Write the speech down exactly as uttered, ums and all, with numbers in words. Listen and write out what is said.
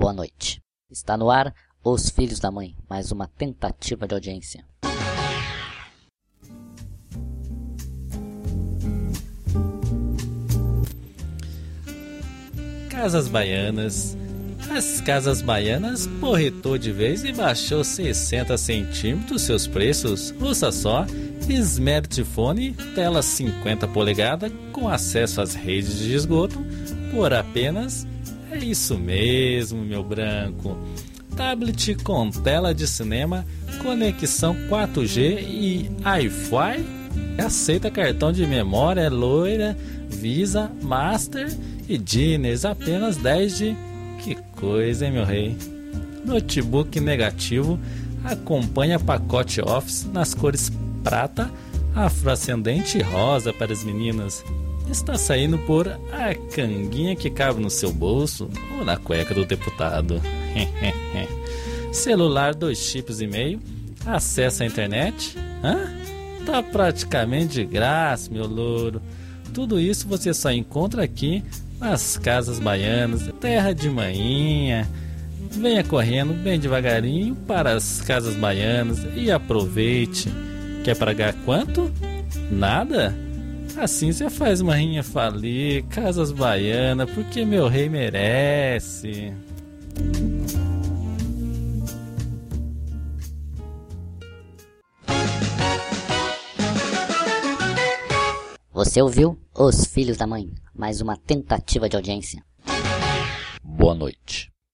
boa noite. Está no ar Os Filhos da Mãe, mais uma tentativa de audiência. Casas Baianas. As Casas Baianas porretou de vez e baixou sessenta centímetros seus preços. Ouça só, smartphone, tela cinquenta polegadas com acesso às redes de esgoto por apenas, é isso mesmo, meu branco, tablet com tela de cinema, conexão quatro G e Wi-Fi, aceita cartão de memória, loira, Visa, Master e Diners, apenas dez de... Que coisa, hein, meu rei? Notebook negativo, acompanha pacote Office nas cores prata, afroascendente e rosa para as meninas. Está saindo por a canguinha que cabe no seu bolso ou na cueca do deputado. Celular dois chips e meio, acesso à internet. Hã? Tá praticamente de graça, meu louro. Tudo isso você só encontra aqui nas Casas Baianas, terra de manhinha. Venha correndo bem devagarinho para as Casas Baianas e aproveite. Quer pagar quanto? Nada? Assim você faz uma rinha falir, Casas Baianas, porque meu rei merece. Você ouviu Os Filhos da Mãe, mais uma tentativa de audiência. Boa noite.